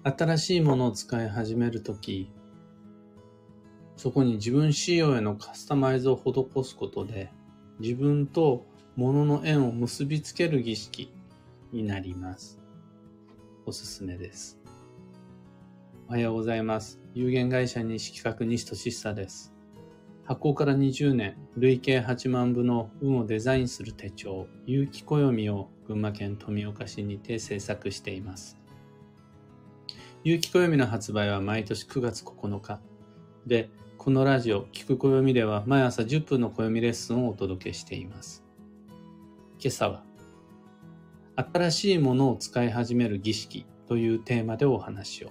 新しいものを使い始めるとき、そこに自分仕様へのカスタマイズを施すことで、自分と物の縁を結びつける儀式になります。おすすめです。おはようございます。有限会社西企画西俊久です。発行から20年、累計8万部の運をデザインする手帳、有機暦を群馬県富岡市にて制作しています。有機暦の発売は毎年9月9日で、このラジオ、聞く暦では毎朝10分の暦レッスンをお届けしています。今朝は、新しいものを使い始める儀式というテーマでお話を。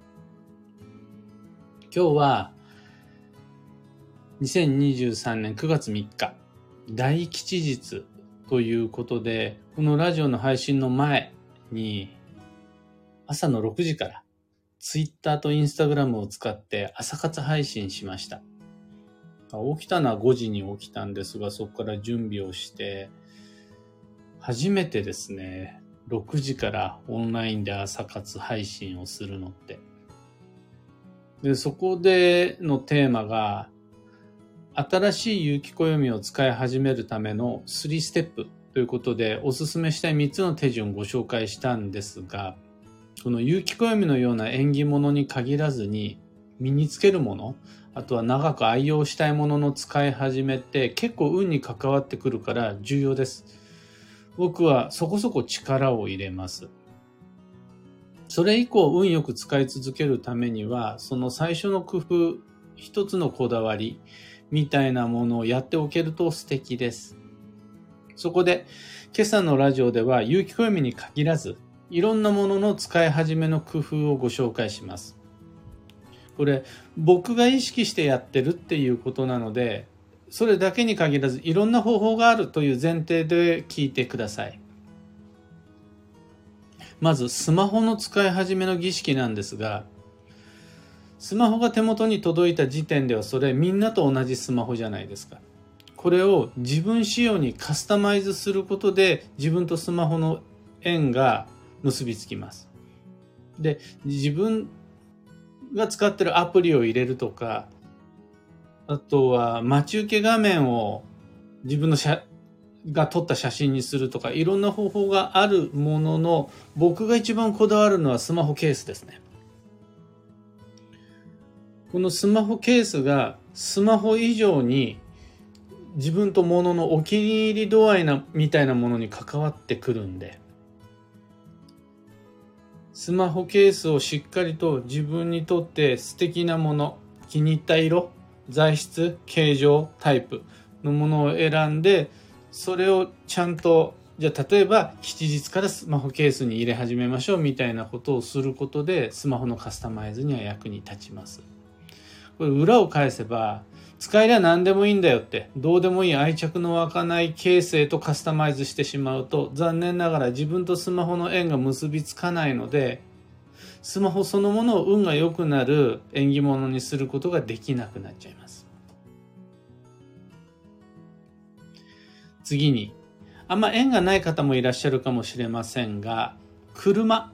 今日は、2023年9月3日、大吉日ということで、このラジオの配信の前に、朝の6時からTwitter と Instagram を使って朝活配信しました。起きたのは5時に起きたんですが、そこから準備をして、初めてですね、6時からオンラインで朝活配信をするのって。で、そこでのテーマが、新しい有機暦を使い始めるための3ステップということで、おすすめしたい3つの手順をご紹介したんですが、この有機暦のような縁起物に限らずに、身につけるもの、あとは長く愛用したいものの使い始めって結構運に関わってくるから重要です。僕はそこそこ力を入れます。それ以降運よく使い続けるためには、その最初の工夫、一つのこだわりみたいなものをやっておけると素敵です。そこで今朝のラジオでは有機暦に限らず、いろんなものの使い始めの工夫をご紹介します。これ僕が意識してやってるっていうことなので、それだけに限らずいろんな方法があるという前提で聞いてください。まずスマホの使い始めの儀式なんですが、スマホが手元に届いた時点ではそれみんなと同じスマホじゃないですか。これを自分仕様にカスタマイズすることで自分とスマホの縁が結びつきます。で、自分が使ってるアプリを入れるとか、あとは待ち受け画面を自分のが撮った写真にするとか、いろんな方法があるものの、僕が一番こだわるのはスマホケースですね。このスマホケースがスマホ以上に自分と物のお気に入り度合いみたいなものに関わってくるんで、スマホケースをしっかりと自分にとって素敵なもの、気に入った色、材質、形状、タイプのものを選んで、それをちゃんと、じゃあ例えば吉日からスマホケースに入れ始めましょうみたいなことをすることで、スマホのカスタマイズには役に立ちます。これ裏を返せば、使えりゃ何でもいいんだよって、どうでもいい愛着の湧かないケースへとカスタマイズしてしまうと、残念ながら自分とスマホの縁が結びつかないので、スマホそのものを運が良くなる縁起物にすることができなくなっちゃいます。次に、あんま縁がない方もいらっしゃるかもしれませんが、車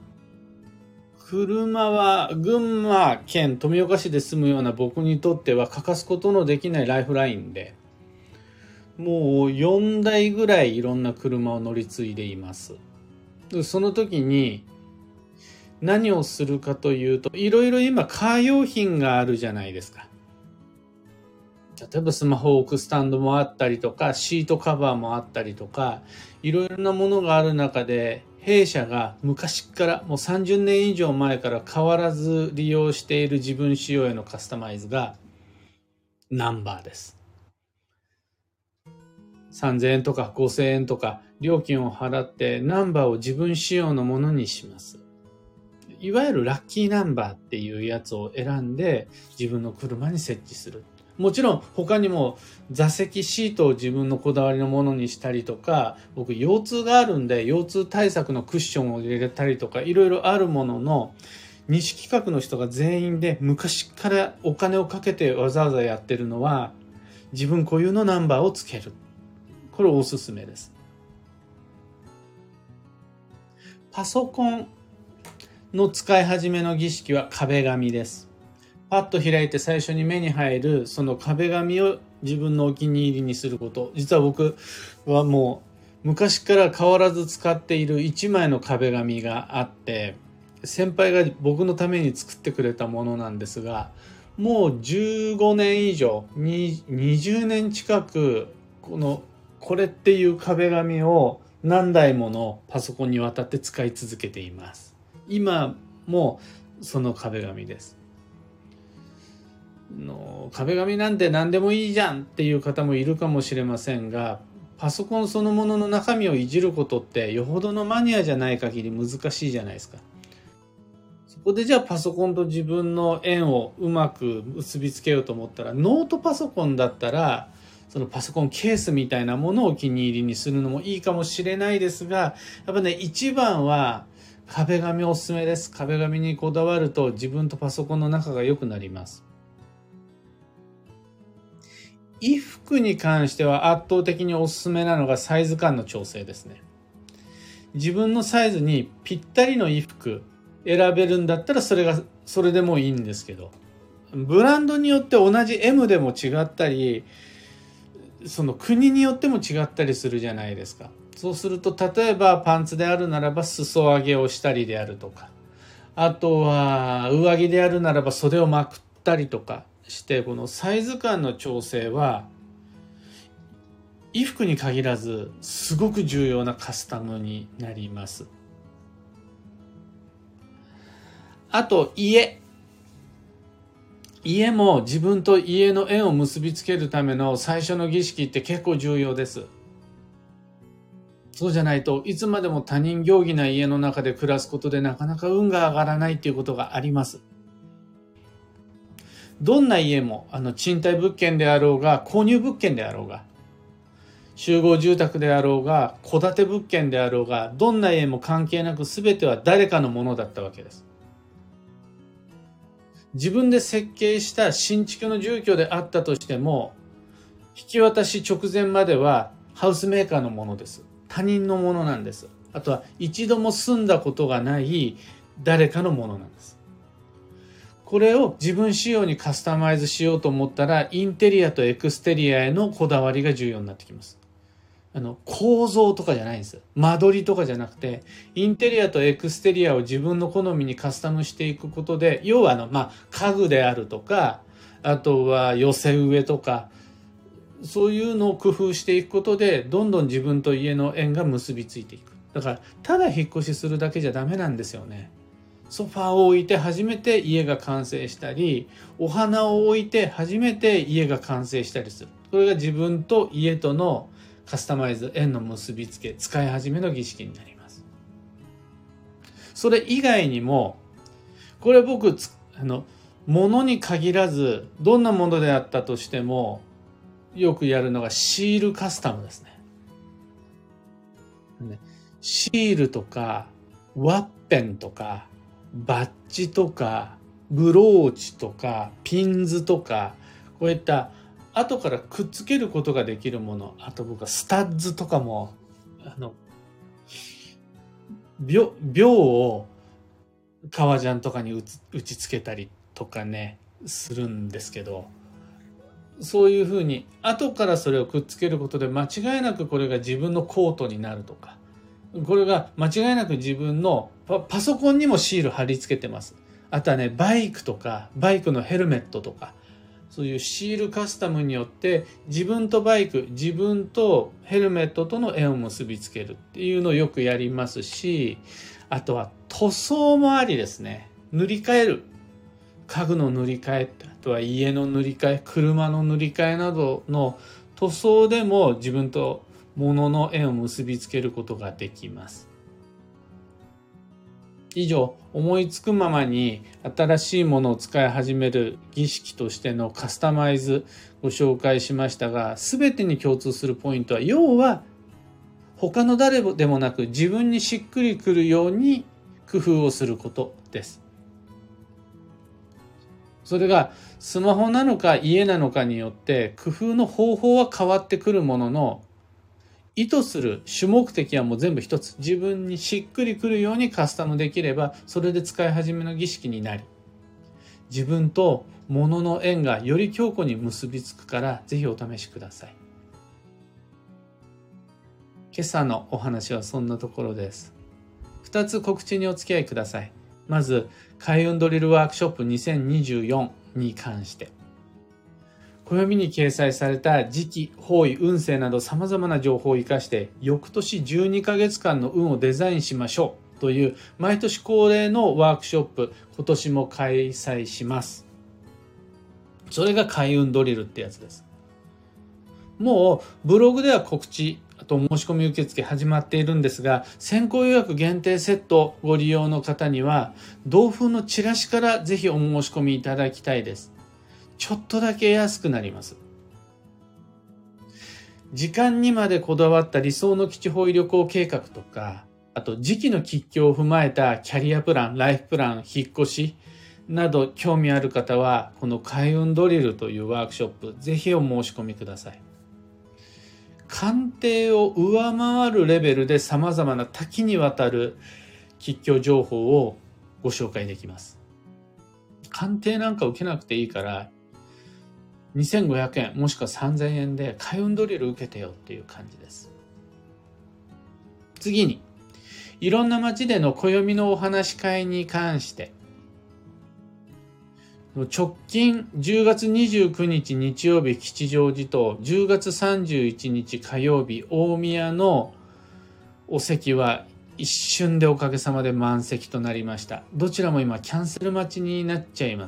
は群馬県富岡市で住むような僕にとっては欠かすことのできないライフラインで、もう4台ぐらいいろんな車を乗り継いでいます。その時に何をするかというと、いろいろ今カー用品があるじゃないですか。例えばスマホを置くスタンドもあったりとか、シートカバーもあったりとか、いろいろなものがある中で、弊社が昔からもう30年以上前から変わらず利用している自分仕様へのカスタマイズがナンバーです。3000円とか5000円とか料金を払ってナンバーを自分仕様のものにします。いわゆるラッキーナンバーっていうやつを選んで自分の車に設置する。もちろん他にも座席シートを自分のこだわりのものにしたりとか、僕腰痛があるんで腰痛対策のクッションを入れたりとかいろいろあるものの、西企画の人が全員で昔からお金をかけてわざわざやってるのは、自分固有のナンバーをつける。これおすすめです。パソコンの使い始めの儀式は壁紙です。パッと開いて最初に目に入るその壁紙を自分のお気に入りにすること。実は僕はもう昔から変わらず使っている1枚の壁紙があって、先輩が僕のために作ってくれたものなんですが、もう15年以上、20年近くこれっていう壁紙を何台ものパソコンにわたって使い続けています。今もその壁紙です。壁紙なんて何でもいいじゃんっていう方もいるかもしれませんが、パソコンそのものの中身をいじることってよほどのマニアじゃない限り難しいじゃないですか。そこでじゃあパソコンと自分の縁をうまく結びつけようと思ったら、ノートパソコンだったらそのパソコンケースみたいなものをお気に入りにするのもいいかもしれないですが、やっぱね、一番は壁紙おすすめです。壁紙にこだわると自分とパソコンの仲が良くなります。衣服に関しては圧倒的におすすめなのがサイズ感の調整ですね。自分のサイズにぴったりの衣服選べるんだったらそれでもいいんですけど、ブランドによって同じ M でも違ったり、その国によっても違ったりするじゃないですか。そうすると例えばパンツであるならば裾上げをしたりであるとか、あとは上着であるならば袖をまくったりとかして、このサイズ感の調整は衣服に限らずすごく重要なカスタムになります。あと家も自分と家の縁を結びつけるための最初の儀式って結構重要です。そうじゃないといつまでも他人行儀な家の中で暮らすことでなかなか運が上がらないっていうことがあります。どんな家も賃貸物件であろうが購入物件であろうが集合住宅であろうが戸建て物件であろうが、どんな家も関係なく全ては誰かのものだったわけです。自分で設計した新築の住居であったとしても、引き渡し直前まではハウスメーカーのものです。他人のものなんです。あとは一度も住んだことがない誰かのものなんです。これを自分仕様にカスタマイズしようと思ったら、インテリアとエクステリアへのこだわりが重要になってきます。構造とかじゃないんです。間取りとかじゃなくて、インテリアとエクステリアを自分の好みにカスタムしていくことで、要は家具であるとか、あとは寄せ植えとか、そういうのを工夫していくことで、どんどん自分と家の縁が結びついていく。だから、ただ引っ越しするだけじゃダメなんですよね。ソファーを置いて初めて家が完成したり、お花を置いて初めて家が完成したりする。これが自分と家とのカスタマイズ、縁の結びつけ、使い始めの儀式になります。それ以外にも、これ僕、物に限らず、どんなものであったとしても、よくやるのがシールカスタムですね。シールとか、ワッペンとか、バッジとか、ブローチとか、ピンズとか、こういった後からくっつけることができるもの、あと僕はスタッズとかも、秒を革ジャンとかに打ち付けたりとかね、するんですけど、そういうふうに後からそれをくっつけることで間違いなくこれが自分のコートになるとか、これが間違いなく自分のパソコンにもシール貼り付けてます。あとはね、バイクとか、バイクのヘルメットとか、そういうシールカスタムによって自分とバイク、自分とヘルメットとの縁を結びつけるっていうのをよくやりますし、あとは塗装もありですね。塗り替える。家具の塗り替え、あとは家の塗り替え、車の塗り替えなどの塗装でも自分と物の縁を結びつけることができます。以上、思いつくままに新しいものを使い始める儀式としてのカスタマイズご紹介しましたが、全てに共通するポイントは、要は他の誰でもなく自分にしっくりくるように工夫をすることです。それがスマホなのか家なのかによって工夫の方法は変わってくるものの、 意図する主目的はもう全部一つ。自分にしっくりくるようにカスタムできれば、それで使い始めの儀式になり、自分と物の縁がより強固に結びつくから、ぜひお試しください。今朝のお話はそんなところです。2つ告知にお付き合いください。まず、開運ドリルワークショップ2024に関して。暦に掲載された時期、方位、運勢など様々な情報を生かして、翌年12ヶ月間の運をデザインしましょうという毎年恒例のワークショップ、今年も開催します。それが開運ドリルってやつです。もうブログでは告知、あと申し込み受付始まっているんですが、先行予約限定セットをご利用の方には、同封のチラシからぜひお申し込みいただきたいです。ちょっとだけ安くなります。時間にまでこだわった理想の基地方位旅行計画とか、あと時期の吉凶を踏まえたキャリアプラン、ライフプラン、引っ越しなど興味ある方は、この開運ドリルというワークショップ、ぜひお申し込みください。鑑定を上回るレベルで様々な多岐にわたる吉凶情報をご紹介できます。鑑定なんか受けなくていいから、2500円もしくは3000円で開運ドリル受けてよっていう感じです。次に、いろんな街での暦のお話し会に関して、直近10月29日日曜日吉祥寺と10月31日火曜日大宮のお席は一瞬でおかげさまで満席となりました。どちらも今キャンセル待ちになっちゃいます。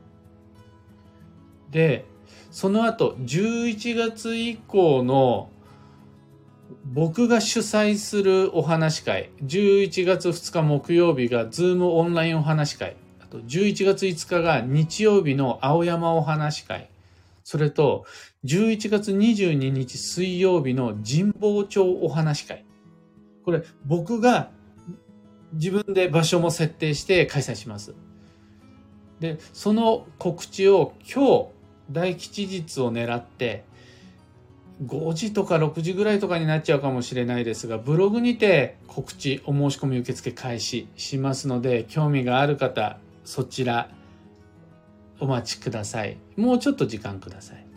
で、その後11月以降の僕が主催するお話会、11月2日木曜日がズームオンラインお話会、あと11月5日が日曜日の青山お話会、それと11月22日水曜日の神保町お話会。これ僕が自分で場所も設定して開催します。で、その告知を今日大吉日を狙って5時とか6時ぐらいとかになっちゃうかもしれないですが、ブログにて告知、お申し込み受付開始しますので、興味がある方、そちらお待ちください。もうちょっと時間ください。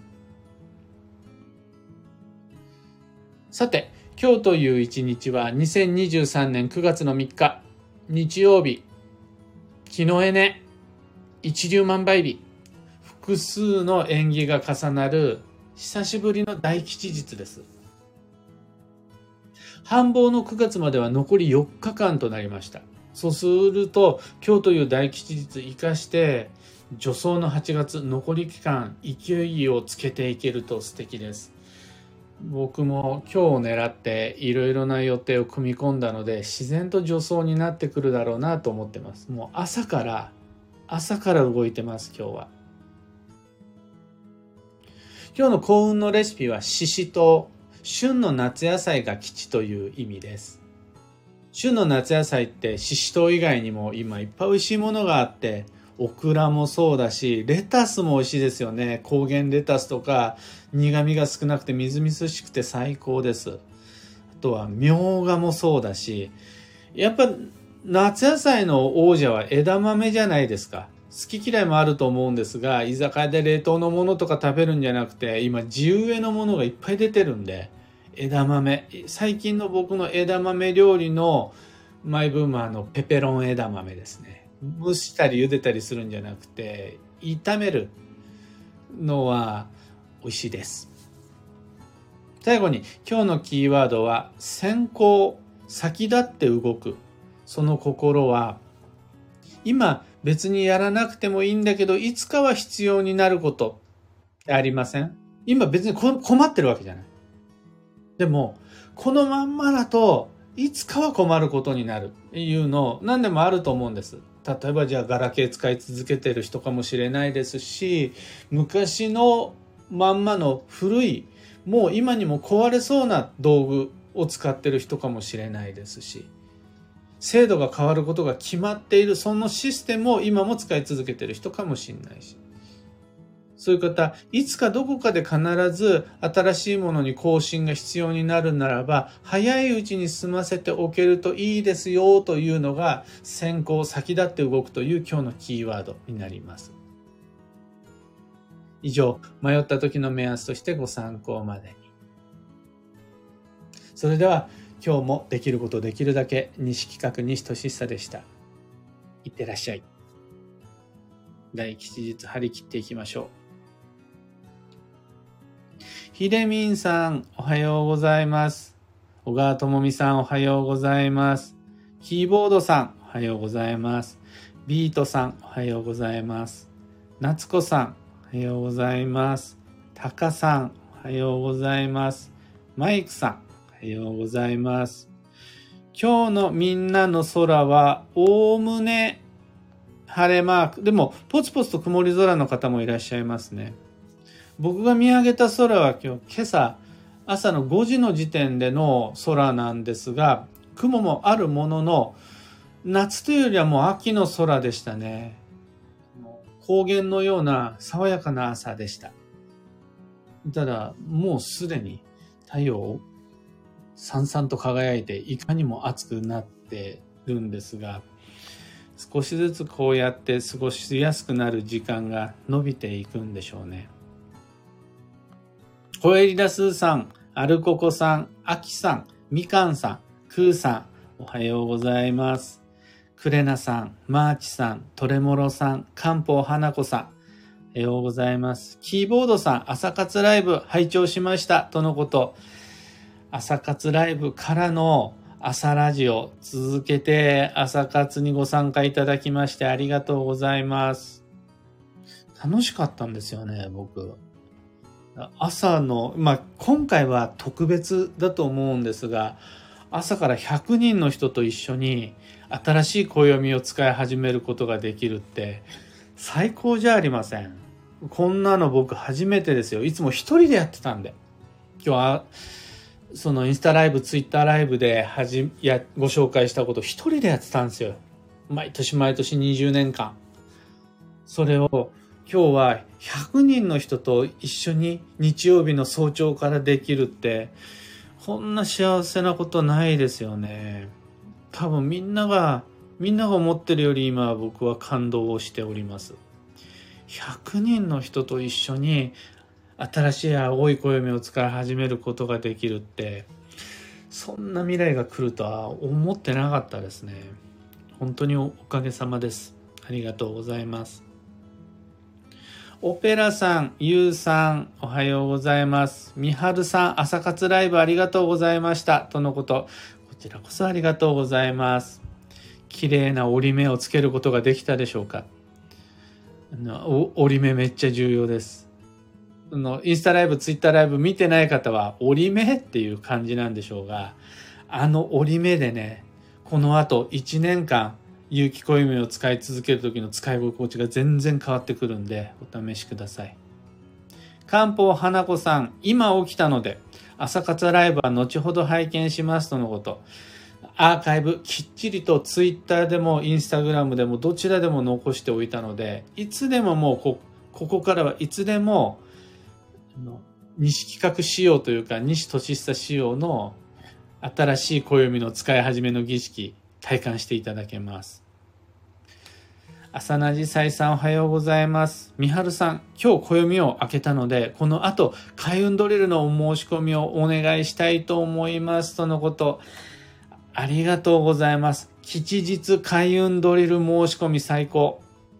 さて、今日という一日は2023年9月の3日、日曜日、木のエネ、一粒万倍日、複数の縁起が重なる久しぶりの大吉日です。繁忙の9月までは残り4日間となりました。そうすると、今日という大吉日生かして、助走の8月残り期間、勢いをつけていけると素敵です。僕も今日を狙っていろいろな予定を組み込んだので、自然と助走になってくるだろうなと思ってます。もう朝から動いてます、今日は。今日の幸運のレシピはししとう。旬の夏野菜が吉という意味です。旬の夏野菜ってししとう以外にも今いっぱい美味しいものがあって、オクラもそうだし、レタスも美味しいですよね。高原レタスとか苦味が少なくてみずみずしくて最高です。あとはみょうがもそうだし、やっぱ夏野菜の王者は枝豆じゃないですか。好き嫌いもあると思うんですが、居酒屋で冷凍のものとか食べるんじゃなくて、今地植えのものがいっぱい出てるんで、枝豆。最近の僕の枝豆料理のマイブームはペペロン枝豆ですね。蒸したり茹でたりするんじゃなくて、炒めるのは美味しいです。最後に今日のキーワードは先行、先立って動く。その心は、今別にやらなくてもいいんだけど、いつかは必要になることってありません？今別に困ってるわけじゃない。でも、このまんまだといつかは困ることになるっていうの何でもあると思うんです。例えばじゃあガラケー使い続けてる人かもしれないですし、昔のまんまの古い、もう今にも壊れそうな道具を使ってる人かもしれないですし、制度が変わることが決まっているそのシステムを今も使い続けてる人かもしれないし、 そういう方、いつかどこかで必ず新しいものに更新が必要になるならば、早いうちに済ませておけるといいですよというのが先立って動くという今日のキーワードになります。以上、迷った時の目安としてご参考までに。それでは今日もできることできるだけ、西企画西俊久でした。いってらっしゃい。大吉日張り切っていきましょう。ひでみんさん、おはようございます。小川智美さん、おはようございます。キーボードさん、おはようございます。ビートさん、おはようございます。夏子さん、おはようございます。タカさん、おはようございます。マイクさん、おはようございます。今日のみんなの空はおおむね晴れマーク。でもポツポツと曇り空の方もいらっしゃいますね。僕が見上げた空は今朝朝の5時の時点での空なんですが、雲もあるものの夏というよりはもう秋の空でしたね。高原のような爽やかな朝でした。ただもうすでに太陽さんさんと輝いていかにも暑くなってるんですが、少しずつこうやって過ごしやすくなる時間が伸びていくんでしょうね。コエリダスーさん、アルココさん、アキさん、みかんさん、クーさん、おはようございます。クレナさん、マーチさん、トレモロさん、カンポー花子さん、おはようございます。キーボードさん、朝活ライブ拝聴しましたとのこと。朝活ライブからの朝ラジオ続けて朝活にご参加いただきましてありがとうございます。楽しかったんですよね、僕。朝の、今回は特別だと思うんですが、朝から100人の人と一緒に新しい暦を使い始めることができるって最高じゃありません。こんなの僕初めてですよ。いつも一人でやってたんで。今日はそのインスタライブ、ツイッターライブでご紹介したことを一人でやってたんですよ。毎年20年間。それを今日は100人の人と一緒に日曜日の早朝からできるって、こんな幸せなことないですよね。多分みんなが思ってるより今僕は感動をしております。100人の人と一緒に新しい青い暦を使い始めることができるって、そんな未来が来るとは思ってなかったですね。本当におかげさまです。ありがとうございます。オペラさん、ゆうさん、おはようございます。みはるさん、朝活ライブありがとうございました。とのこと。こちらこそありがとうございます。綺麗な折り目をつけることができたでしょうか。折り目めっちゃ重要です。インスタライブ、ツイッターライブ見てない方は折り目っていう感じなんでしょうが、折り目でね、この後1年間有機暦を使い続ける時の使い心地が全然変わってくるんでお試しください。漢方花子さん、今起きたので朝活ライブは後ほど拝見しますとのこと。アーカイブきっちりとツイッターでもインスタグラムでもどちらでも残しておいたので、いつでももうここからはいつでも西企画仕様というか西俊久仕様の新しい暦の使い始めの儀式体感していただけます。朝なじさいさん、おはようございます。みはるさん、今日暦を開けたのでこの後開運ドリルのお申し込みをお願いしたいと思いますとのこと。ありがとうございます。吉日開運ドリル申し込み最高。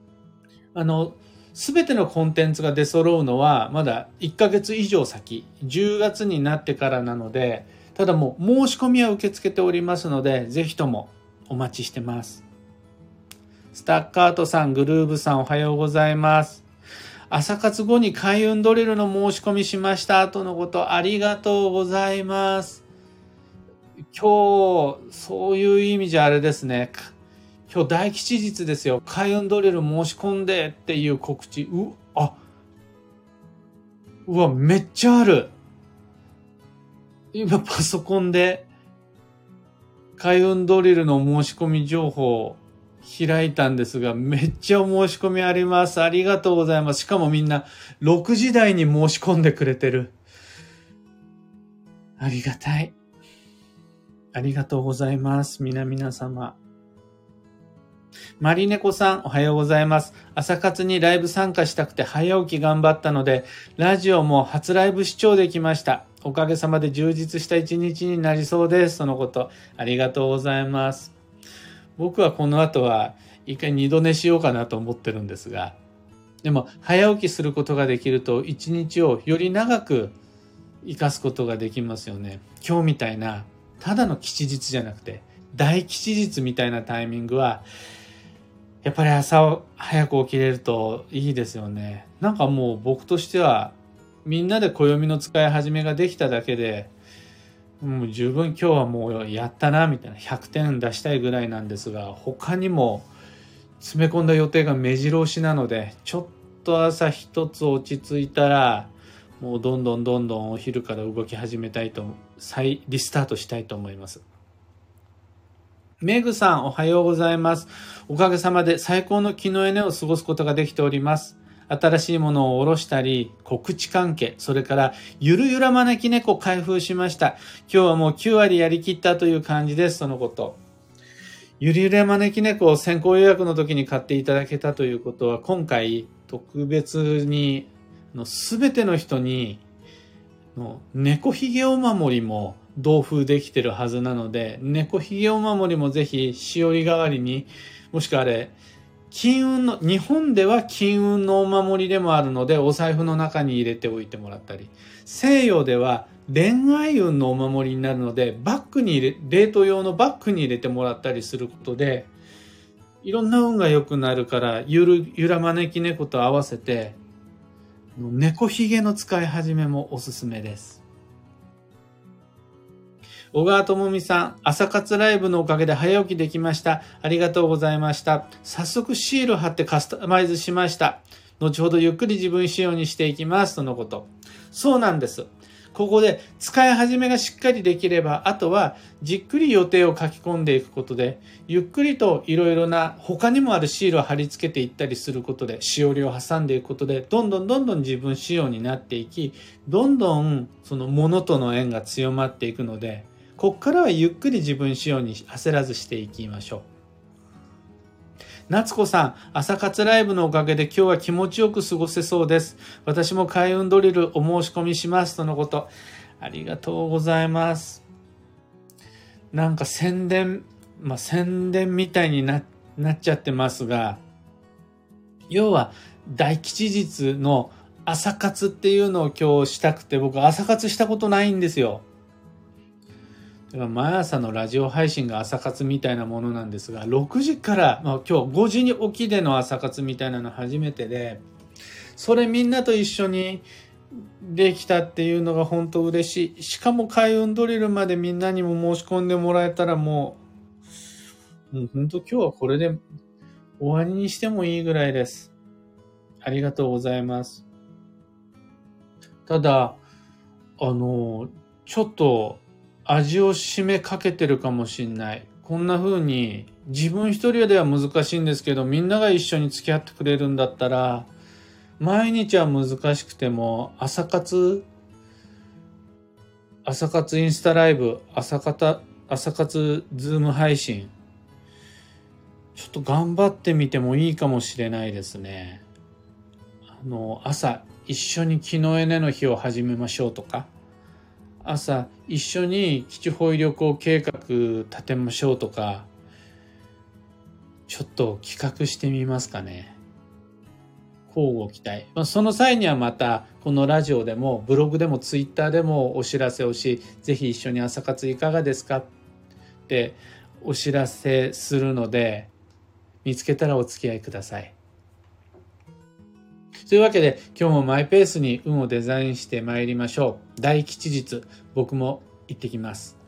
すべてのコンテンツが出揃うのはまだ1ヶ月以上先、10月になってからなので、ただもう申し込みは受け付けておりますので、ぜひともお待ちしてます。スタッカートさん、グルーブさん、おはようございます。朝活後に開運ドリルの申し込みしましたとのこと、ありがとうございます。今日、そういう意味じゃあれですね。今日大吉日ですよ。開運ドリル申し込んでっていう告知。うわ、めっちゃある。今パソコンで開運ドリルの申し込み情報を開いたんですが、めっちゃお申し込みあります。ありがとうございます。しかもみんな6時台に申し込んでくれてる。ありがたい。ありがとうございます。皆様。マリネコさん、おはようございます。朝活にライブ参加したくて早起き頑張ったので、ラジオも初ライブ視聴できました。おかげさまで充実した一日になりそうです。そのこと、ありがとうございます。僕はこの後は一回二度寝しようかなと思ってるんですが、でも早起きすることができると一日をより長く生かすことができますよね。今日みたいなただの吉日じゃなくて大吉日みたいなタイミングはやっぱり朝早く起きれるといいですよね。なんかもう僕としてはみんなで暦の使い始めができただけでもう十分今日はもうやったなみたいな100点出したいぐらいなんですが、他にも詰め込んだ予定が目白押しなので、ちょっと朝一つ落ち着いたらもうどんどんお昼から動き始めたいと再リスタートしたいと思います。メグさん、おはようございます。おかげさまで最高の気のエネを過ごすことができております。新しいものを下ろしたり、告知関係、それからゆるゆら招き猫開封しました。今日はもう9割やりきったという感じです。そのこと。ゆるゆら招き猫を先行予約の時に買っていただけたということは、今回特別にすべての人に猫ひげお守りも同封できてるはずなので、猫ひげお守りもぜひしおり代わりに、もしくはあれ、金運の、日本では金運のお守りでもあるので、お財布の中に入れておいてもらったり、西洋では恋愛運のお守りになるので、バッグに入れ、デート用のバッグに入れてもらったりすることで、いろんな運が良くなるから、ゆら招き猫と合わせて、猫ひげの使い始めもおすすめです。小川智美さん、朝活ライブのおかげで早起きできました。ありがとうございました。早速シール貼ってカスタマイズしました。後ほどゆっくり自分仕様にしていきます。とのこと。そうなんです。ここで使い始めがしっかりできれば、あとはじっくり予定を書き込んでいくことで、ゆっくりといろいろな他にもあるシールを貼り付けていったりすることで、しおりを挟んでいくことで、どんどん自分仕様になっていき、どんどんそのものとの縁が強まっていくので、こっからはゆっくり自分仕様に焦らずしていきましょう。夏子さん、朝活ライブのおかげで今日は気持ちよく過ごせそうです。私も開運ドリルお申し込みしますとのこと。ありがとうございます。なんか宣伝みたいになっちゃってますが、要は大吉日の朝活っていうのを今日したくて、僕朝活したことないんですよ。毎朝のラジオ配信が朝活みたいなものなんですが、6時から、今日5時に起きでの朝活みたいなの初めてで、それみんなと一緒にできたっていうのが本当嬉しい。しかも開運ドリルまでみんなにも申し込んでもらえたらもう本当今日はこれで終わりにしてもいいぐらいです。ありがとうございます。ただ、ちょっと、味を締めかけてるかもしんない。こんな風に自分一人では難しいんですけど、みんなが一緒に付き合ってくれるんだったら、毎日は難しくても朝活インスタライブ、朝活ズーム配信、ちょっと頑張ってみてもいいかもしれないですね。朝一緒に気のエネの日を始めましょうとか、朝一緒に基地方位旅行計画立てましょうとか、ちょっと企画してみますかね。交互期待。その際にはまたこのラジオでもブログでもツイッターでもお知らせをし、ぜひ一緒に朝活いかがですかってお知らせするので、見つけたらお付き合いください。というわけで今日もマイペースに運をデザインしてまいりましょう。大吉日、僕も行ってきます。